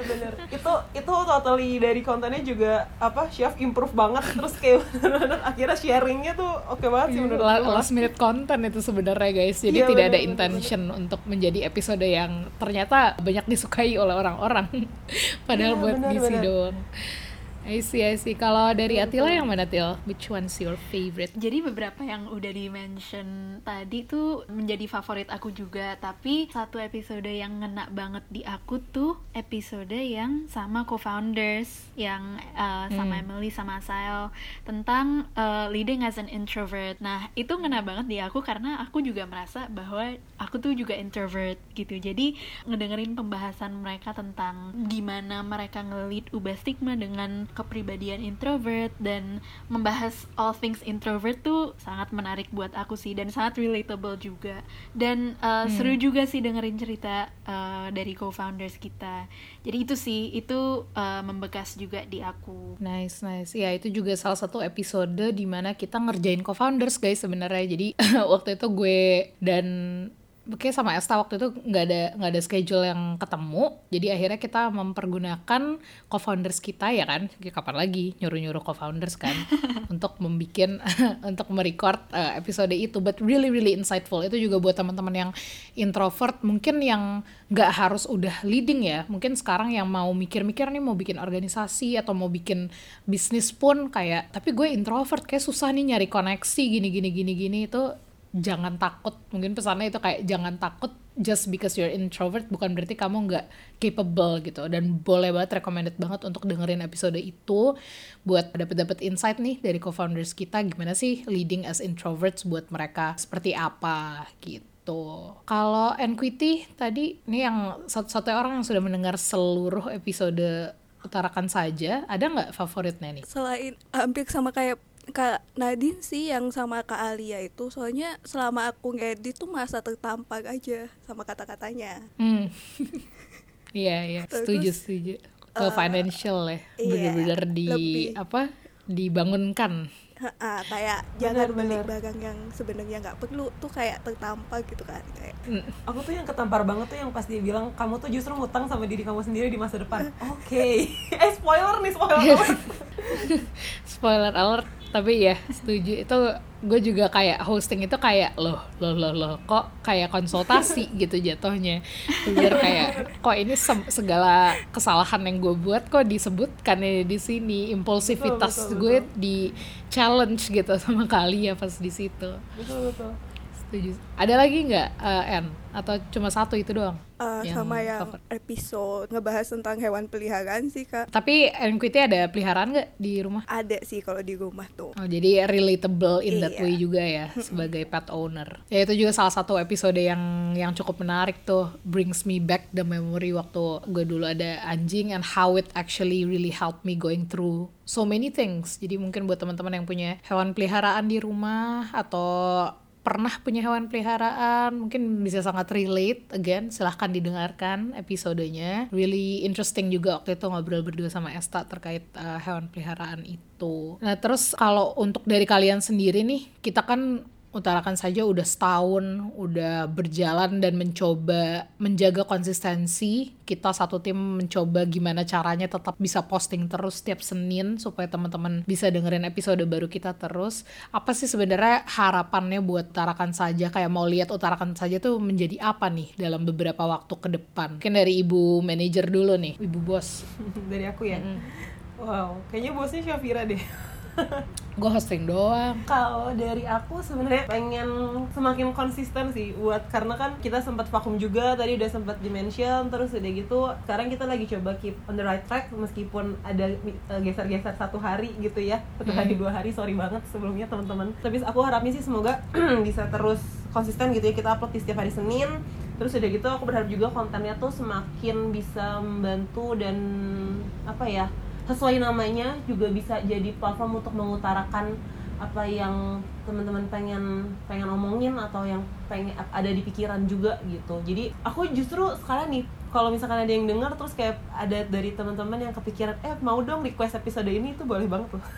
Itu totally dari kontennya juga Chef improve banget, terus kayak bener-bener akhirnya sharingnya tuh oke banget sih menurut gue. Last minute content itu sebenarnya guys. Jadi tidak ada intention untuk menjadi episode yang ternyata banyak disukai oleh orang-orang. Padahal buat ngisi doang. I see. Kalau dari Atila yang mana, Til? Which one's your favorite? Jadi beberapa yang udah di-mention tadi tuh menjadi favorit aku juga. Tapi satu episode yang ngena banget di aku tuh episode yang sama co-founders, yang sama Emily sama Asael, tentang leading as an introvert. Nah itu ngena banget di aku karena aku juga merasa bahwa aku tuh juga introvert gitu. Jadi ngedengerin pembahasan mereka tentang gimana mereka nge-lead Ubastigma dengan kepribadian introvert dan membahas all things introvert tuh sangat menarik buat aku sih, dan sangat relatable juga. Dan seru juga sih dengerin cerita dari co-founders kita. Jadi itu sih, itu membekas juga di aku. Nice. Ya itu juga salah satu episode dimana kita ngerjain co-founders guys sebenarnya. Jadi waktu itu gue dan sama Esta waktu itu nggak ada schedule yang ketemu, jadi akhirnya kita mempergunakan co-founders kita ya kan, kapan lagi nyuruh co-founders kan untuk untuk merecord episode itu. But really insightful. Itu juga buat teman-teman yang introvert, mungkin yang nggak harus udah leading ya, mungkin sekarang yang mau mikir-mikir nih mau bikin organisasi atau mau bikin bisnis pun kayak, tapi gue introvert kayak susah nih nyari koneksi gini itu. Jangan takut, mungkin pesannya itu kayak jangan takut, just because you're introvert bukan berarti kamu nggak capable gitu. Dan boleh banget, recommended banget untuk dengerin episode itu buat dapet insight nih dari co-founders kita, gimana sih leading as introverts buat mereka seperti apa gitu. Kalau NQT tadi, ini yang satu-satunya orang yang sudah mendengar seluruh episode Utarakan Saja, ada nggak favoritnya nih? Selain hampir sama kayak Kak Nadine sih yang sama Kak Alia itu, soalnya selama aku ngedit tuh masa tertampar aja sama kata-katanya. Iya, setuju. Ke financial ya, bener-bener dibangunkan. Kayak jangan beli barang yang sebenarnya nggak perlu tuh, kayak tertampar gitu kan. Kayak aku tuh yang ketampar banget tuh yang pas dia bilang kamu tuh justru ngutang sama diri kamu sendiri di masa depan. Oke. Spoiler alert. Spoiler alert. Tapi ya setuju, itu gue juga kayak hosting itu kayak loh kok kayak konsultasi gitu jatuhnya. Biar kayak kok ini segala kesalahan yang gue buat kok disebutkan ya di sini, impulsivitas betul. Gue di challenge gitu sama Kak Alia pas di situ. Betul. setuju. Ada lagi nggak N? Atau cuma satu itu doang? Sama yang cover? episode ngebahas tentang hewan peliharaan sih Kak. Tapi NQT ada peliharaan nggak di rumah? Ada sih kalau di rumah tuh. Oh, jadi relatable in that Iya. way juga ya sebagai pet owner. Ya itu juga salah satu episode yang cukup menarik tuh, brings me back the memory waktu gue dulu ada anjing and how it actually really helped me going through so many things. Jadi mungkin buat teman-teman yang punya hewan peliharaan di rumah atau pernah punya hewan peliharaan, mungkin bisa sangat relate. Again, silahkan didengarkan episodenya. Really interesting juga waktu itu ngobrol berdua sama Esta terkait hewan peliharaan itu. Nah terus kalau untuk dari kalian sendiri nih, kita kan Utarakan Saja udah setahun, udah berjalan dan mencoba menjaga konsistensi. Kita satu tim mencoba gimana caranya tetap bisa posting terus setiap Senin supaya teman-teman bisa dengerin episode baru kita terus. Apa sih sebenarnya harapannya buat Utarakan Saja? Kayak mau lihat Utarakan Saja tuh menjadi apa nih dalam beberapa waktu ke depan? Mungkin dari Ibu Manajer dulu nih, Ibu Bos. Dari aku ya. Wow, kayaknya bosnya Syafira deh. Gue hosting doang. Kalau dari aku sebenarnya pengen semakin konsisten sih karena kan kita sempat vakum juga, tadi udah sempat di-mention, terus udah gitu sekarang kita lagi coba keep on the right track meskipun ada geser-geser satu hari gitu ya, satu hari 2 hari, sorry banget sebelumnya teman-teman. Tapi aku harapnya sih semoga bisa terus konsisten gitu ya, kita upload di setiap hari Senin. Terus udah gitu aku berharap juga kontennya tuh semakin bisa membantu dan apa ya, sesuai namanya juga bisa jadi platform untuk mengutarakan apa yang teman-teman pengen omongin atau yang pengen ada di pikiran juga gitu. Jadi aku justru sekarang nih kalau misalkan ada yang dengar terus kayak ada dari teman-teman yang kepikiran mau dong request episode ini, itu boleh banget tuh.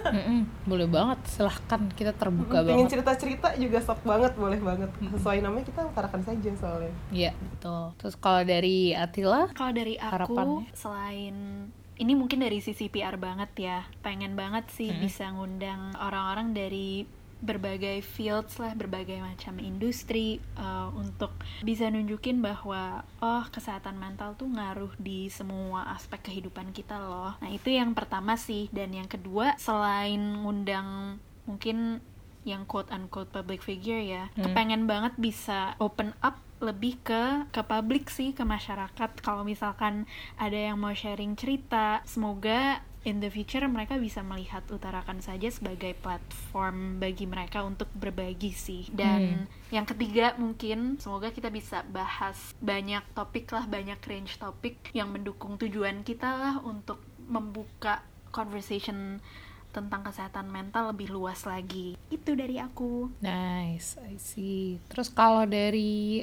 Boleh banget, silahkan, kita terbuka pengen banget. cerita-cerita juga sok banget, boleh banget. Sesuai namanya kita utarakan saja soalnya. Iya, betul. Terus kalau dari Atila? Kalau dari aku, Harapannya? selain ini mungkin dari sisi PR banget ya, pengen banget sih bisa ngundang orang-orang dari berbagai fields lah, berbagai macam industri untuk bisa nunjukin bahwa kesehatan mental tuh ngaruh di semua aspek kehidupan kita loh. Nah itu yang pertama sih. Dan yang kedua, selain ngundang mungkin yang quote-unquote public figure ya, kepengen banget bisa open up lebih ke publik sih, ke masyarakat. Kalau misalkan ada yang mau sharing cerita, semoga in the future mereka bisa melihat Utarakan Saja sebagai platform bagi mereka untuk berbagi sih. Dan yang ketiga mungkin semoga kita bisa bahas banyak topik lah, banyak range topik yang mendukung tujuan kita lah untuk membuka conversation tentang kesehatan mental lebih luas lagi. Itu dari aku. Nice, I see. Terus kalau dari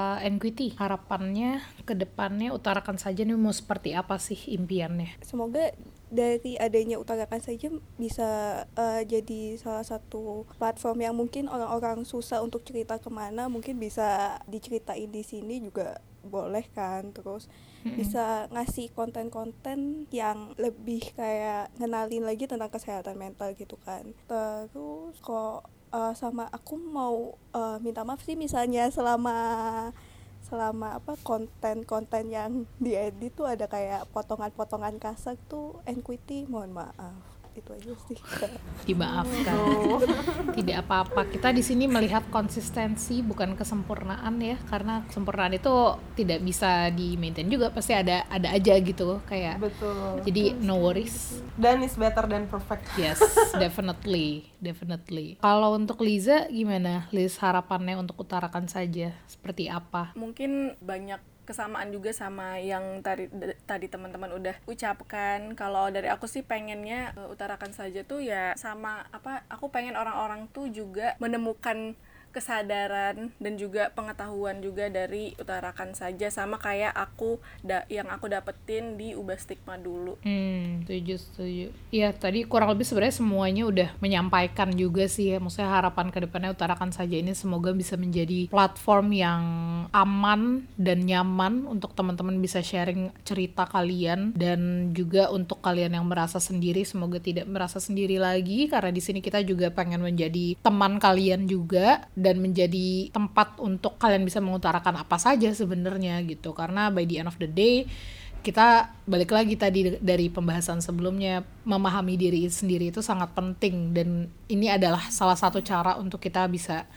NQT, harapannya ke depannya Utarakan Saja nih mau seperti apa sih impiannya? Semoga dari adanya Utarakan Saja bisa jadi salah satu platform yang mungkin orang-orang susah untuk cerita kemana mungkin bisa diceritain di sini juga boleh kan. Terus bisa ngasih konten-konten yang lebih kayak ngenalin lagi tentang kesehatan mental gitu kan. Terus kok sama aku mau minta maaf sih misalnya selama konten-konten yang diedit tuh ada kayak potongan-potongan kasar tuh NQT, mohon maaf. Itu aja sih. Dimaafkan. Tidak apa-apa. Kita di sini melihat konsistensi bukan kesempurnaan ya, karena kesempurnaan itu tidak bisa di-maintain juga, pasti ada aja gitu kayak. Betul. Jadi no worries. Dan is better than perfect. Yes, definitely. Kalau untuk Liza gimana? Liz, harapannya untuk Utarakan Saja seperti apa? Mungkin banyak kesamaan juga sama yang tadi teman-teman udah ucapkan. Kalau dari aku sih pengennya Utarakan Saja tuh ya sama aku pengen orang-orang tuh juga menemukan kesadaran dan juga pengetahuan juga dari Utarakan Saja, sama kayak yang aku dapetin di Ubah Stigma dulu. Setuju. Iya, tadi kurang lebih sebenarnya semuanya udah menyampaikan juga sih ya. Maksudnya harapan ke depannya Utarakan Saja ini semoga bisa menjadi platform yang aman dan nyaman untuk teman-teman bisa sharing cerita kalian, dan juga untuk kalian yang merasa sendiri semoga tidak merasa sendiri lagi, karena di sini kita juga pengen menjadi teman kalian juga dan menjadi tempat untuk kalian bisa mengutarakan apa saja sebenarnya gitu. Karena by the end of the day kita balik lagi tadi dari pembahasan sebelumnya, memahami diri sendiri itu sangat penting, dan ini adalah salah satu cara untuk kita bisa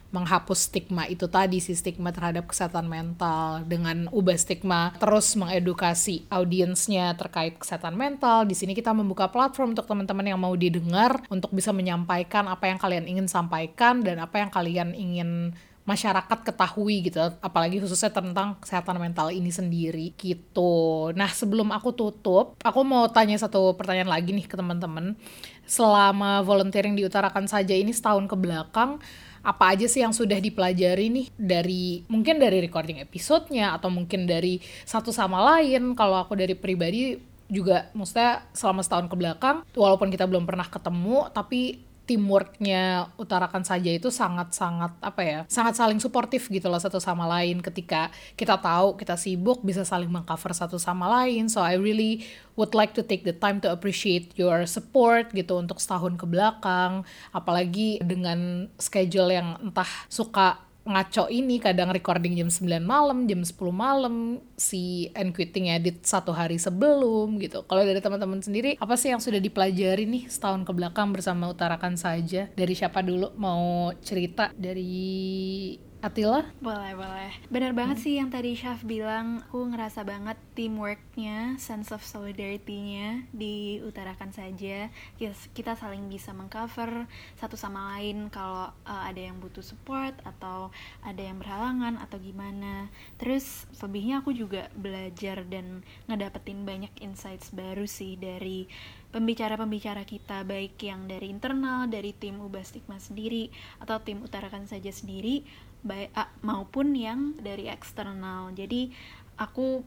menghapus stigma itu tadi sih, stigma terhadap kesehatan mental, dengan ubah stigma, terus mengedukasi audiensnya terkait kesehatan mental. Di sini kita membuka platform untuk teman-teman yang mau didengar untuk bisa menyampaikan apa yang kalian ingin sampaikan dan apa yang kalian ingin masyarakat ketahui gitu, apalagi khususnya tentang kesehatan mental ini sendiri gitu. Nah, sebelum aku tutup, aku mau tanya satu pertanyaan lagi nih ke teman-teman. Selama volunteering di Utarakan Saja ini setahun ke belakang, apa aja sih yang sudah dipelajari nih mungkin dari recording episodenya atau mungkin dari satu sama lain? Kalau aku dari pribadi juga, maksudnya selama setahun ke belakang, walaupun kita belum pernah ketemu, tapi teamworknya Utarakan Saja itu sangat-sangat sangat saling suportif gitu loh satu sama lain. Ketika kita tahu kita sibuk, bisa saling mengcover satu sama lain. So I really would like to take the time to appreciate your support gitu untuk setahun ke belakang. Apalagi dengan schedule yang entah suka ngaco ini, kadang recording jam 9 malam, jam 10 malam, si quitting edit 1 hari sebelum gitu. Kalau dari teman-teman sendiri, apa sih yang sudah dipelajari nih setahun ke belakang bersama Utarakan Saja? Dari siapa dulu mau cerita? Dari Atila? Boleh. Benar banget sih yang tadi Syaf bilang. Aku ngerasa banget teamworknya, sense of solidarity-nya di Utarakan Saja. Kita saling bisa mengcover satu sama lain kalau ada yang butuh support atau ada yang berhalangan atau gimana. Terus selebihnya aku juga belajar dan ngedapetin banyak insights baru sih dari pembicara-pembicara kita, baik yang dari internal, dari tim Ubah Stigma sendiri atau tim Utarakan Saja sendiri, maupun yang dari eksternal. Jadi aku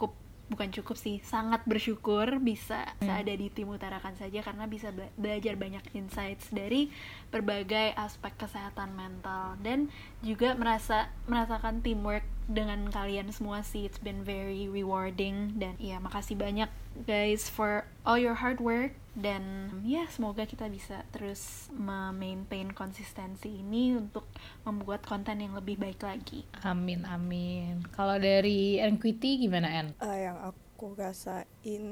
sangat bersyukur bisa ada di tim Utarakan Saja karena bisa belajar banyak insights dari berbagai aspek kesehatan mental dan juga merasakan teamwork dengan kalian semua sih. It's been very rewarding dan ya makasih banyak guys for all your hard work dan ya semoga kita bisa terus maintain konsistensi ini untuk membuat konten yang lebih baik lagi. Amin. Kalau dari NQT gimana, En? Yang aku rasain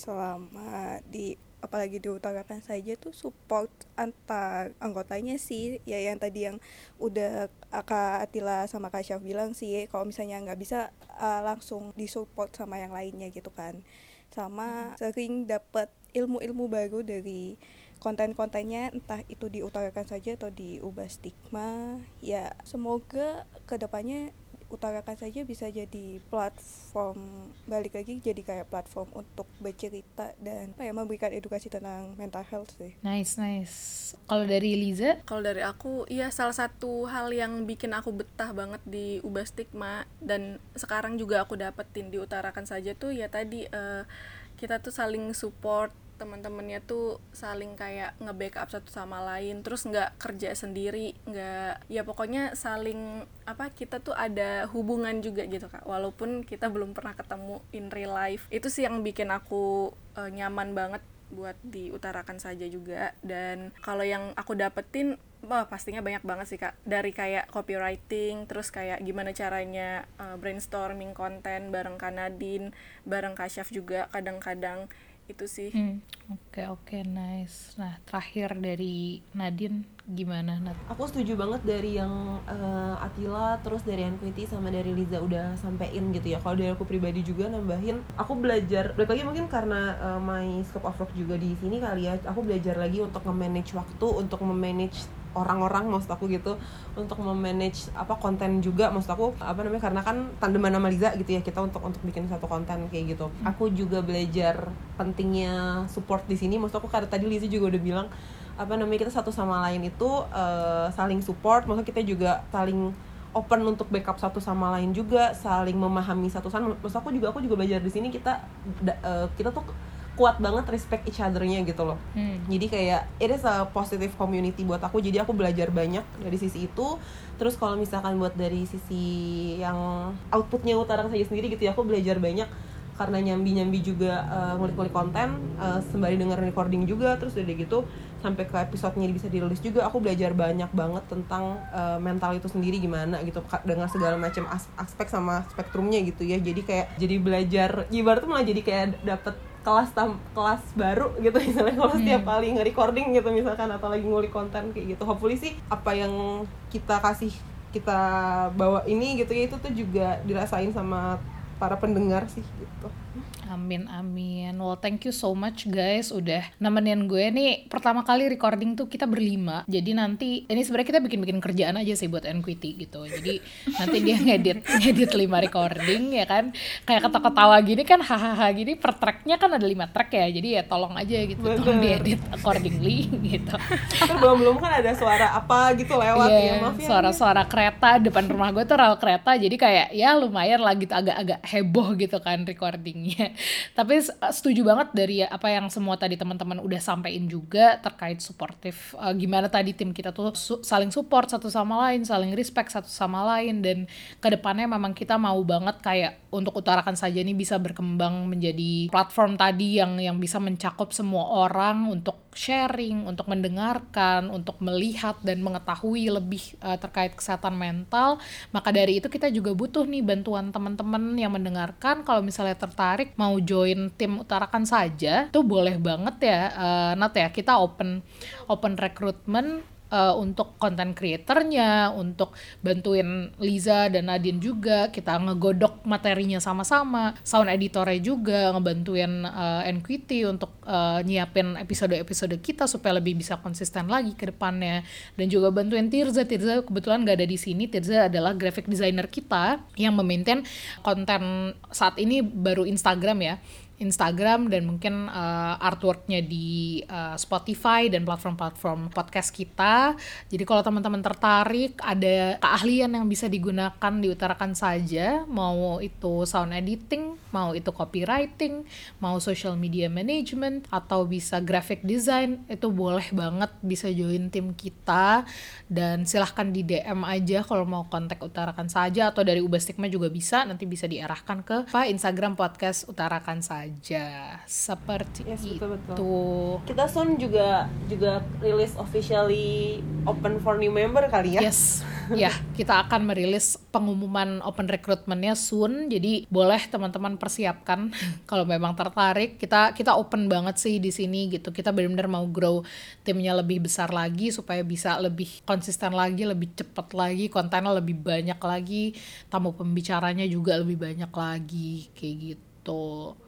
selama apalagi di Utarakan Saja tuh support antar anggotanya sih, ya yang tadi yang udah Kak Atila sama Kak Syaf bilang sih, kalau misalnya nggak bisa langsung disupport sama yang lainnya gitu kan. Sama sering dapat ilmu-ilmu baru dari konten-kontennya, entah itu di Utarakan Saja atau di Ubah Stigma. Ya semoga kedepannya Utarakan Saja bisa jadi platform, balik lagi jadi kayak platform untuk bercerita dan memberikan edukasi tentang mental health sih. Nice. Kalau dari Liza? Kalau dari aku, ya salah satu hal yang bikin aku betah banget di Ubah Stigma dan sekarang juga aku dapetin di Utarakan Saja tuh ya tadi kita tuh saling support, teman-temannya tuh saling kayak nge-backup satu sama lain, terus nggak kerja sendiri, nggak, ya pokoknya saling kita tuh ada hubungan juga gitu Kak, walaupun kita belum pernah ketemu in real life. Itu sih yang bikin aku nyaman banget buat di Utarakan Saja juga. Dan kalau yang aku dapetin pastinya banyak banget sih Kak, dari kayak copywriting, terus kayak gimana caranya brainstorming konten bareng Kak Nadine, bareng Kak Syaf juga kadang-kadang. Itu sih. Oke, nice. Nah, terakhir dari Nadine gimana, Nat? Aku setuju banget dari yang Atila, terus dari NQT sama dari Liza udah sampein gitu ya. Kalau dari aku pribadi juga nambahin, aku belajar balik lagi mungkin karena my scope of work juga di sini kali ya. Aku belajar lagi untuk nge-manage waktu, untuk memanage orang-orang, maksud aku gitu, untuk memanage konten juga, maksud aku karena kan tandeman sama Liza gitu ya, kita untuk bikin satu konten kayak gitu. Aku juga belajar pentingnya support di sini, maksud aku karena tadi Liza juga udah bilang kita satu sama lain itu saling support, maksudnya kita juga saling open untuk backup satu sama lain juga, saling memahami satu sama. Maksud aku juga belajar di sini kita tuh kuat banget respect each other-nya gitu loh. Jadi kayak it is a positive community buat aku. Jadi aku belajar banyak dari sisi itu. Terus kalau misalkan buat dari sisi yang outputnya Utarakan Saja sendiri gitu ya, aku belajar banyak karena nyambi juga ngulik-ngulik konten sembari denger recording juga. Terus udah gitu sampai ke episode-nya bisa dirilis juga, aku belajar banyak banget tentang mental itu sendiri gimana gitu, dengan segala macam aspek sama spektrumnya gitu ya. Jadi kayak jadi belajar, ibaratnya malah jadi kayak dapet kelas baru gitu misalnya kalau setiap kali nge-recording gitu misalkan atau lagi ngulik konten kayak gitu. Hopefully sih apa yang kita bawa ini gitu ya itu tuh juga dirasain sama para pendengar sih gitu. Amin. Well, thank you so much guys udah nemenin gue nih. Pertama kali recording tuh kita berlima. Jadi nanti ini sebenarnya kita bikin kerjaan aja sih buat NQT gitu. Jadi nanti dia ngedit 5 recording ya kan. Kayak ketawa-ketawa gini kan hahaha gini per tracknya kan ada 5 track ya. Jadi ya tolong aja gitu. Tolong diedit accordingly gitu. Terus belum kan ada suara apa gitu lewat ya. Maaf ya. Suara kereta depan rumah gue tuh rel kereta. Jadi kayak ya lumayan lah gitu agak heboh gitu kan recordingnya. Tapi setuju banget dari apa yang semua tadi teman-teman udah sampein juga terkait suportif, gimana tadi tim kita tuh saling support satu sama lain, saling respect satu sama lain, dan kedepannya memang kita mau banget kayak untuk Utarakan Saja ini bisa berkembang menjadi platform tadi yang bisa mencakup semua orang untuk sharing, untuk mendengarkan, untuk melihat dan mengetahui lebih terkait kesehatan mental. Maka dari itu kita juga butuh nih bantuan teman-teman yang mendengarkan. Kalau misalnya tertarik mau join tim Utarakan Saja, tuh boleh banget ya, Nat ya, kita open recruitment untuk content creatornya, untuk bantuin Liza dan Nadine juga, kita ngegodok materinya sama-sama, sound editornya juga ngebantuin NQT untuk nyiapin episode-episode kita supaya lebih bisa konsisten lagi ke depannya, dan juga bantuin Tirza kebetulan gak ada di sini. Tirza adalah graphic designer kita yang memaintain konten saat ini baru Instagram dan mungkin artworknya di Spotify dan platform-platform podcast kita. Jadi kalau teman-teman tertarik, ada keahlian yang bisa digunakan di Utarakan Saja, mau itu sound editing, mau itu copywriting, mau social media management, atau bisa graphic design, itu boleh banget bisa join tim kita. Dan silahkan di DM aja kalau mau kontak Utarakan Saja, atau dari Ubastigma juga bisa, nanti bisa diarahkan ke Instagram podcast Utarakan Saja. Seperti itu. Betul. Kita soon juga rilis officially open for new member kali ya. Yes. Ya, kita akan merilis pengumuman open recruitment-nya soon. Jadi boleh teman-teman persiapkan kalau memang tertarik. Kita open banget sih di sini gitu. Kita benar-benar mau grow timnya lebih besar lagi supaya bisa lebih konsisten lagi, lebih cepat lagi, kontennya lebih banyak lagi, tamu pembicaranya juga lebih banyak lagi kayak gitu.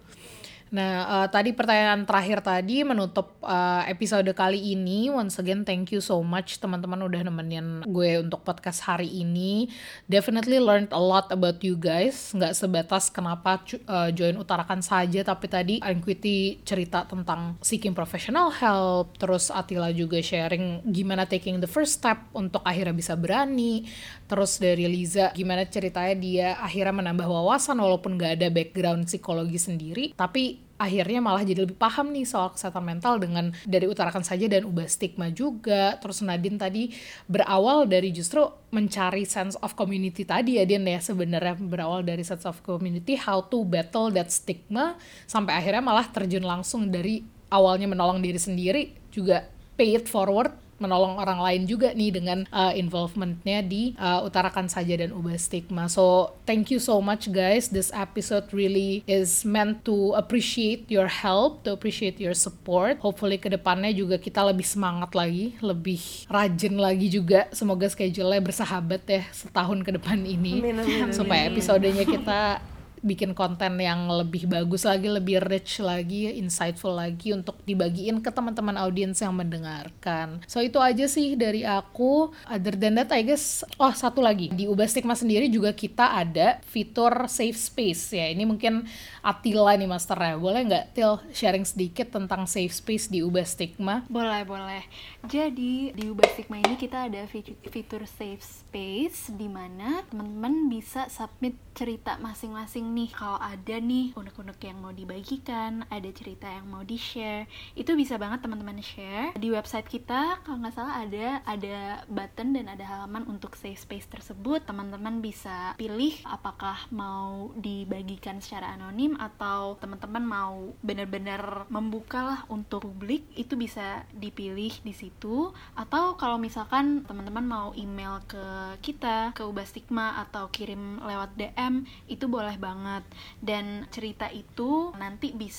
Nah, tadi pertanyaan terakhir tadi menutup episode kali ini. Once again, thank you so much teman-teman udah nemenin gue untuk podcast hari ini. Definitely learned a lot about you guys. Nggak sebatas kenapa join Utarakan Saja, tapi tadi NQT cerita tentang seeking professional help. Terus Atila juga sharing gimana taking the first step untuk akhirnya bisa berani. Terus dari Liza, gimana ceritanya dia akhirnya menambah wawasan walaupun nggak ada background psikologi sendiri, tapi akhirnya malah jadi lebih paham nih soal kesehatan mental dengan dari Utarakan Saja dan Ubastigma juga. Terus Nadine tadi berawal dari justru mencari sense of community tadi ya Din ya, sebenarnya berawal dari sense of community, how to battle that stigma, sampai akhirnya malah terjun langsung dari awalnya menolong diri sendiri juga pay it forward, menolong orang lain juga nih dengan involvementnya di Utarakan Saja dan Ubastigma. So thank you so much guys. This episode really is meant to appreciate your help, to appreciate your support. Hopefully kedepannya juga kita lebih semangat lagi, lebih rajin lagi juga. Semoga schedule-nya bersahabat ya setahun ke depan ini. Amin. Supaya episodenya kita bikin konten yang lebih bagus lagi, lebih rich lagi, insightful lagi untuk dibagiin ke teman-teman audiens yang mendengarkan. So itu aja sih dari aku. Other than that, I guess, satu lagi. Di Ubastigma sendiri juga kita ada fitur safe space ya. Ini mungkin Atila nih masternya. Boleh nggak Til sharing sedikit tentang safe space di Ubastigma? Boleh. Jadi di Ubastigma ini kita ada fitur safe space di mana teman-teman bisa submit cerita masing-masing nih. Kalau ada nih unek-unek yang mau dibagikan, ada cerita yang mau di-share, itu bisa banget teman-teman share. Di website kita kalau nggak salah ada button dan ada halaman untuk safe space tersebut. Teman-teman bisa pilih apakah mau dibagikan secara anonim atau teman-teman mau benar-benar membuka lah untuk publik, itu bisa dipilih di situ. Atau kalau misalkan teman-teman mau email ke kita, ke Ubastigma, atau kirim lewat DM, itu boleh banget. Dan cerita itu nanti bisa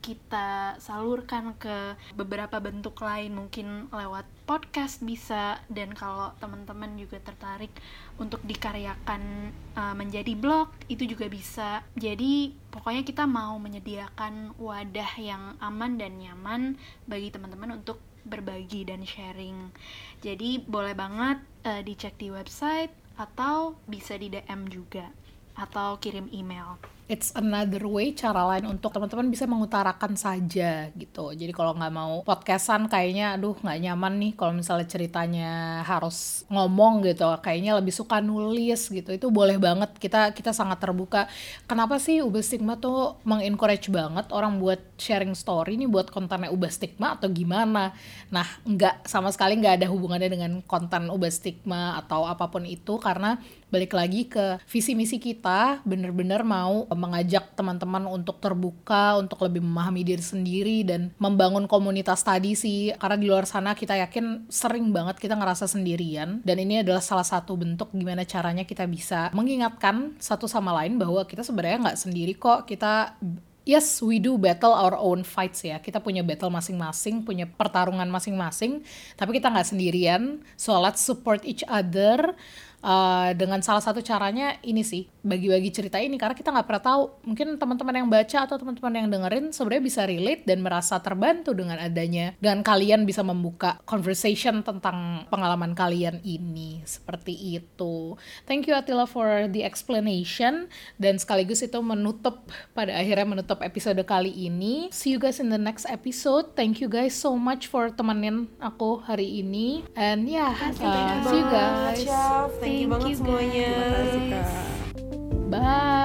kita salurkan ke beberapa bentuk lain, mungkin lewat podcast bisa, dan kalau teman-teman juga tertarik untuk dikaryakan menjadi blog itu juga bisa. Jadi pokoknya kita mau menyediakan wadah yang aman dan nyaman bagi teman-teman untuk berbagi dan sharing. Jadi boleh banget dicek di website atau bisa di DM juga atau kirim email. It's another way, cara lain untuk teman-teman bisa mengutarakan saja gitu. Jadi kalau nggak mau podcastan kayaknya aduh nggak nyaman nih kalau misalnya ceritanya harus ngomong gitu, kayaknya lebih suka nulis gitu, itu boleh banget, kita sangat terbuka. Kenapa sih Ubah Stigma tuh mengencourage banget orang buat sharing story nih buat kontennya Ubah Stigma atau gimana? Nah, sama sekali nggak ada hubungannya dengan konten Ubah Stigma atau apapun itu, karena balik lagi ke visi misi kita, bener-bener mau mengajak teman-teman untuk terbuka, untuk lebih memahami diri sendiri dan membangun komunitas tadi sih. Karena di luar sana kita yakin sering banget kita ngerasa sendirian, dan ini adalah salah satu bentuk gimana caranya kita bisa mengingatkan satu sama lain bahwa kita sebenarnya nggak sendiri kok. Yes, we do battle our own fights ya. Kita punya battle masing-masing, punya pertarungan masing-masing, tapi kita nggak sendirian. So let's support each other. Dengan salah satu caranya ini sih, bagi-bagi cerita ini, karena kita nggak pernah tahu, mungkin teman-teman yang baca atau teman-teman yang dengerin sebenarnya bisa relate dan merasa terbantu dengan kalian bisa membuka conversation tentang pengalaman kalian ini, seperti itu. Thank you Attila for the explanation, dan sekaligus itu menutup episode kali ini. See you guys in the next episode. Thank you guys so much for temenin aku hari ini, and see you guys. Thank you banget semuanya. Terima kasih Kak. Bye.